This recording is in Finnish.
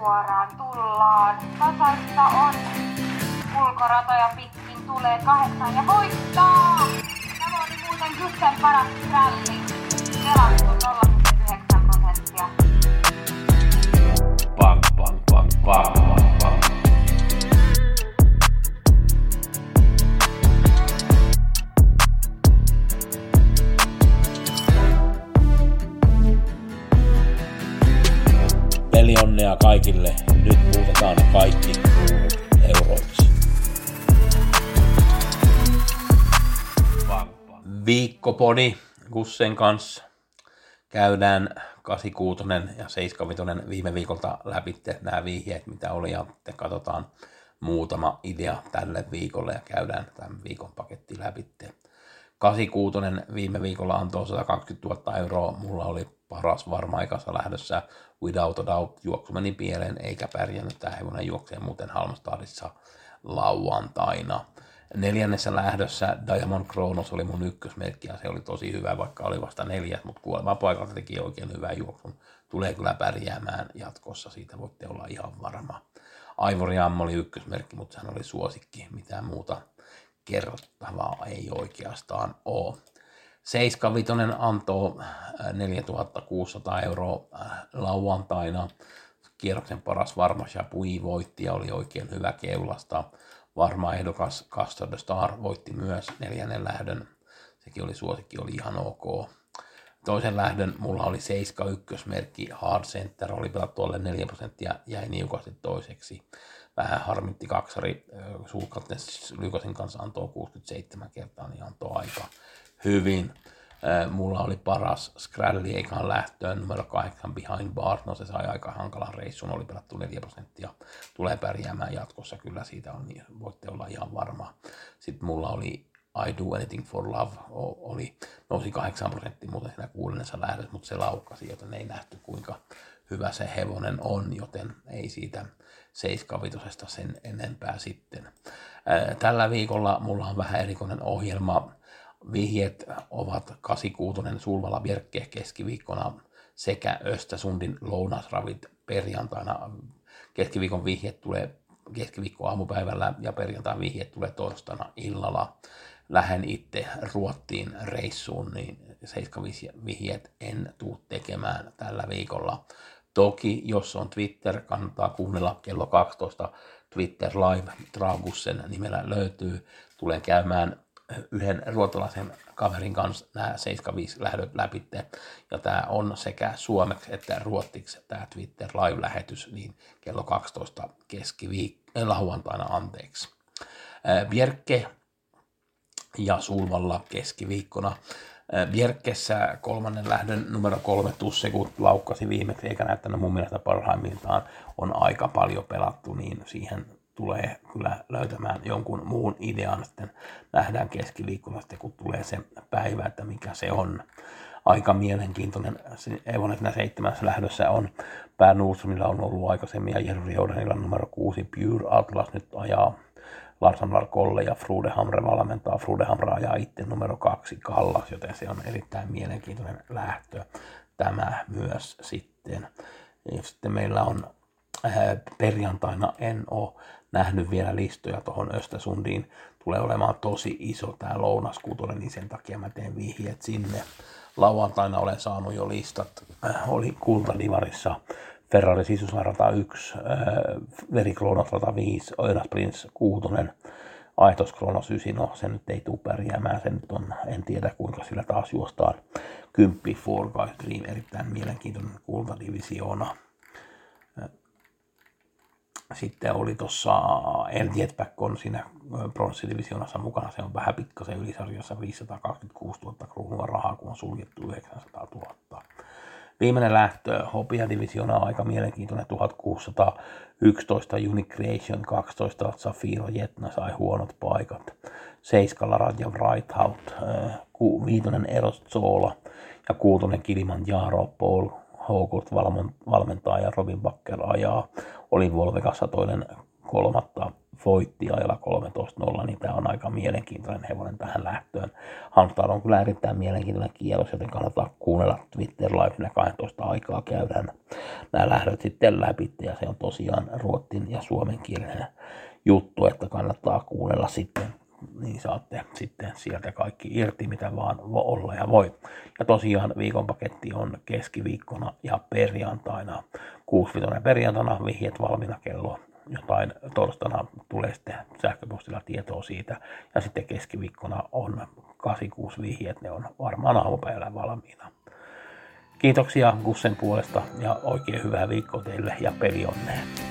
suoraan tullaan. Tasaista on. Ulkoratoja pitkin tulee 8 ja voittaa! Tämä oli muuten Kyssen paras ralli. Pelattu 0,9%. Bang, bang, bang, bang, bang, bang. Pelionnea kaikille. Nyt muutetaan kaikki kruunut euroiksi. Viikkopodi Gussen kanssa. Käydään 86 ja 75 viime viikolta läpi nämä vihjeet, mitä oli, ja sitten katsotaan muutama idea tälle viikolle ja käydään tämän viikon paketti läpi. 86 viime viikolla antoi 120 000 euroa. Mulla oli paras varma-aikassa lähdössä Without a Doubt. Juoksu meni pieleen eikä pärjännyt. Tämä hevonen juoksee muuten Halmstadissa lauantaina. 4. lähdössä Diamond Kronos oli mun ykkösmerkki ja se oli tosi hyvä, vaikka oli vasta 4, mutta kuolemaa paikalta teki oikein hyvän juoksun. Tulee kyllä pärjäämään jatkossa, siitä voitte olla ihan varma. Ivory Am oli ykkösmerkki, mutta sehän oli suosikki, mitään muuta kerrottavaa ei oikeastaan ole. 75 antoi 4600 euroa lauantaina. Kierroksen paras varma Chapuis voitti ja oli oikein hyvä keulasta. Varma ehdokas Castor de Star voitti myös 4. lähdön. Sekin oli suosikki, oli ihan ok. Toisen lähdön mulla oli 7 ykkösmerkki. Hard Center oli pelattu alle 4%, jäi niukasti toiseksi. Vähän harmitti kaksari. Sulkatten Lykosin kanssa antoi 67 kertaa, niin antoi aika hyvin. Mulla oli paras Skrälli eikä lähtöön numero 8 Behind Bars. No se sai aika hankalan reissun, oli pelattu 4%. Tulee pärjäämään jatkossa, kyllä siitä on, niin voitte olla ihan varma. Sitten mulla oli I Do Anything for Love, nousi 8% muuten siinä 6. lähdössä, mutta se laukkasi, joten ei nähty kuinka hyvä se hevonen on, joten ei siitä 75 sen enempää sitten. Tällä viikolla mulla on vähän erikoinen ohjelma. Vihjeet ovat 86 Sulvala Bjerke keskiviikkona sekä Östersundin lounasravit perjantaina. Keskiviikon vihjeet tulee keskiviikko aamupäivällä ja perjantain vihjeet tulee torstaina illalla. Lähden itse Ruottiin reissuun, niin 75 vihjeet en tule tekemään tällä viikolla. Toki, jos on Twitter, kannattaa kuunnella kello 12. Twitter Live Tragussen nimellä löytyy. Tulen käymään yhden ruotsalaisen kaverin kanssa nämä 75 lähdöt läpi, ja tämä on sekä suomeksi että ruotsiksi tämä Twitter live-lähetys, niin kello 12 lauantaina, anteeksi. Bjerke ja Sulvalla keskiviikkona. Bjerkessä 3. lähdön numero 3 Tussekut laukkasi viimeksi, eikä näyttänyt mun mielestä parhaimmiltaan, on aika paljon pelattu, niin siihen tulee kyllä löytämään jonkun muun idean, sitten nähdään keskiviikkona sitten, kun tulee se päivä, että mikä se on. Aika mielenkiintoinen. Evonen siinä 7. lähdössä on Per Nordströmillä on ollut aikaisemmin, ja Jerry Jordanilla numero 6 Pure Atlas nyt ajaa Larsen Larkolle, ja Frudehamre valmentaa. Frudehamre ajaa itse numero 2 Kallas, joten se on erittäin mielenkiintoinen lähtö tämä myös sitten. Ja sitten meillä on perjantaina, en ole nähnyt vielä listoja tuohon Östersundiin. Tulee olemaan tosi iso tämä lounaskuutonen, niin sen takia mä teen vihjeet sinne. Lauantaina olen saanut jo listat. Oli Kultadivarissa Ferrari Sisusarata 1, Veri Kronos 5, Oiras Prince 6, Aitos Kronos 9, no se nyt ei tule pärjäämään, se nyt on, en tiedä kuinka sillä taas juostaan. 10 Four Guys Dream, erittäin mielenkiintoinen kultadivisioona. Sitten oli tuossa Jetback on siinä pronssidivisioonassa mukana, se on vähän pikkasen ylisarjassa 526 000 kruunua rahaa, kun on suljettu 900 000. Viimeinen lähtö Hopia-divisioona on aika mielenkiintoinen, 1611 Unique Creation, 12 Zafiro Jetna sai huonot paikat, 7 Radja Wrightout, 5 Eros Zola ja 6 Kilimanjaro Paul Houkurt valmentaa ja Robin Bakker ajaa. Olin Volvegassa 2.3. voitti ajalla 13.0, niin tämä on aika mielenkiintoinen hevonen tähän lähtöön. Halmstad on kyllä erittäin mielenkiintoinen kierros, joten kannattaa kuunnella Twitter Live 12 aikaa käydään nämä lähdöt sitten läpi, ja se on tosiaan ruotsin ja suomenkielinen juttu, että kannattaa kuunnella sitten, niin saatte sitten sieltä kaikki irti, mitä vaan olla ja voi. Ja tosiaan viikon paketti on keskiviikkona ja perjantaina. 6.5. perjantaina vihjeet valmiina kello jotain, torstaina tulee sitten sähköpostilla tietoa siitä. Ja sitten keskiviikkona on 86 vihjeet, ne on varmaan aamupäivällä valmiina. Kiitoksia Gussen puolesta ja oikein hyvää viikkoa teille ja peli onnea.